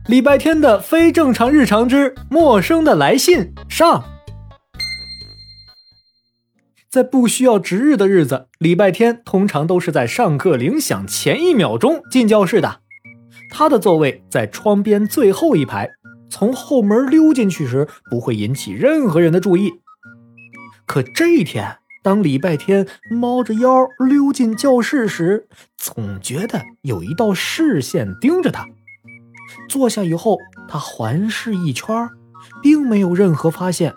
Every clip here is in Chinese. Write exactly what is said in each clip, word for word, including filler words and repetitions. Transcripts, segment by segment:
礼拜天的非正常日常之陌生的来信上。在不需要值日的日子，礼拜天通常都是在上课铃响前一秒钟进教室的。他的座位在窗边最后一排，从后门溜进去时不会引起任何人的注意。可这一天，当礼拜天猫着腰溜进教室时，总觉得有一道视线盯着他。坐下以后，他环视一圈，并没有任何发现。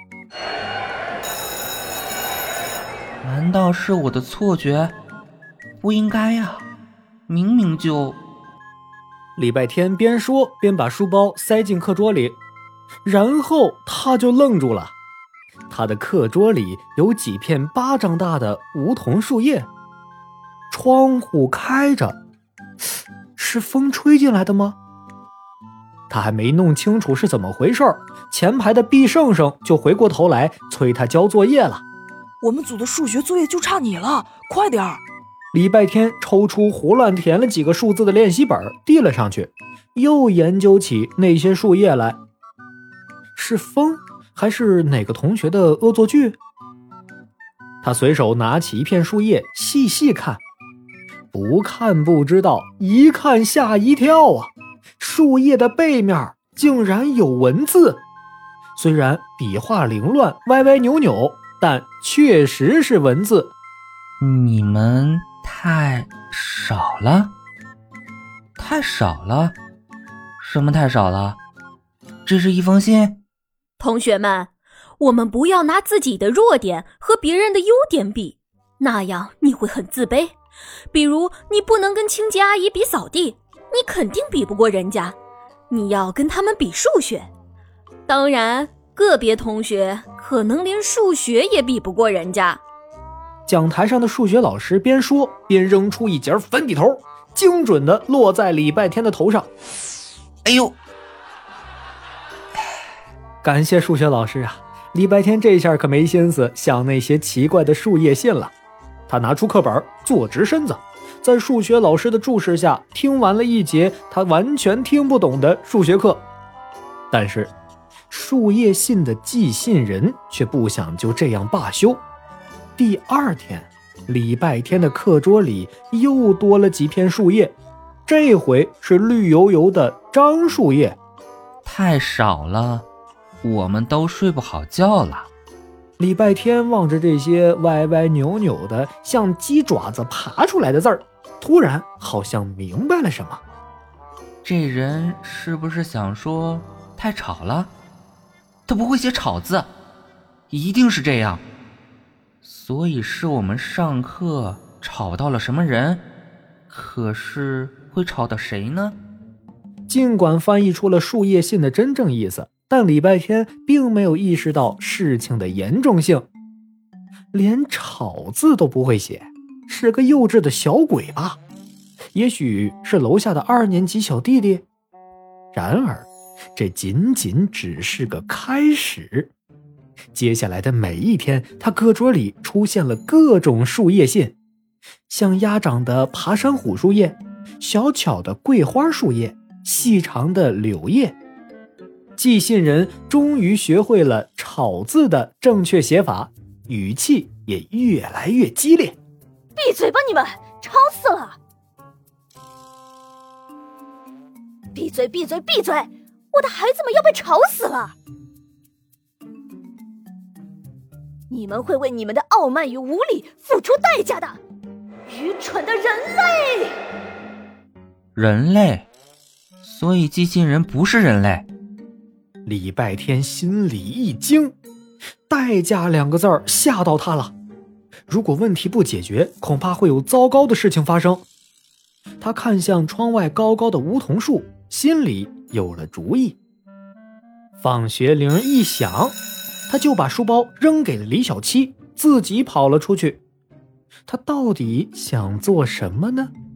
难道是我的错觉？不应该呀，明明就…… 礼拜天边说边把书包塞进课桌里，然后他就愣住了。他的课桌里有几片巴掌大的梧桐树叶，窗户开着，是风吹进来的吗？他还没弄清楚是怎么回事，前排的毕胜胜就回过头来催他交作业了。 我们组的数学作业就差你了，快点儿！ 礼拜天抽出胡乱填了几个数字的练习本递了上去，又研究起那些树叶来。是风还是哪个同学的恶作剧？他随手拿起一片树叶细细看，不看不知道，一看吓一跳啊！树叶的背面竟然有文字，虽然笔画凌乱歪歪扭扭，但确实是文字。 你们太少了，太少了，什么太少了？这是一封信。 同学们，我们不要拿自己的弱点和别人的优点比，那样你会很自卑。比如你不能跟清洁阿姨比扫地，你肯定比不过人家，你要跟他们比数学。当然，个别同学可能连数学也比不过人家。 讲台上的数学老师边说边扔出一截粉笔头，精准地落在礼拜天的头上。 哎呦！ 感谢数学老师啊！礼拜天这下可没心思想那些奇怪的树叶信了。他拿出课本，坐直身子，在数学老师的注视下听完了一节他完全听不懂的数学课。但是树叶信的寄信人却不想就这样罢休。第二天，礼拜天的课桌里又多了几片树叶，这回是绿油油的樟树叶。 太少了，我们都睡不好觉了。 礼拜天望着这些歪歪扭扭的像鸡爪子爬出来的字儿，突然好像明白了什么。 这人是不是想说太吵了？他不会写吵字，一定是这样。所以是我们上课吵到了什么人，可是会吵到谁呢？ 尽管翻译出了树叶信的真正意思，但礼拜天并没有意识到事情的严重性。连吵字都不会写，是个幼稚的小鬼吧？也许是楼下的二年级小弟弟。然而这仅仅只是个开始。接下来的每一天，他课桌里出现了各种树叶信，像鸭掌的爬山虎树叶，小巧的桂花树叶，细长的柳叶。寄信人终于学会了吵字的正确写法，语气也越来越激烈。 闭嘴吧你们，吵死了！闭嘴闭嘴闭嘴，我的孩子们要被吵死了！你们会为你们的傲慢与无礼付出代价的，愚蠢的人类！ 人类？所以寄信人不是人类？ 礼拜天心里一惊，代价两个字儿吓到他了。如果问题不解决，恐怕会有糟糕的事情发生。他看向窗外高高的梧桐树，心里有了主意。放学铃一响，他就把书包扔给了李小七，自己跑了出去。他到底想做什么呢？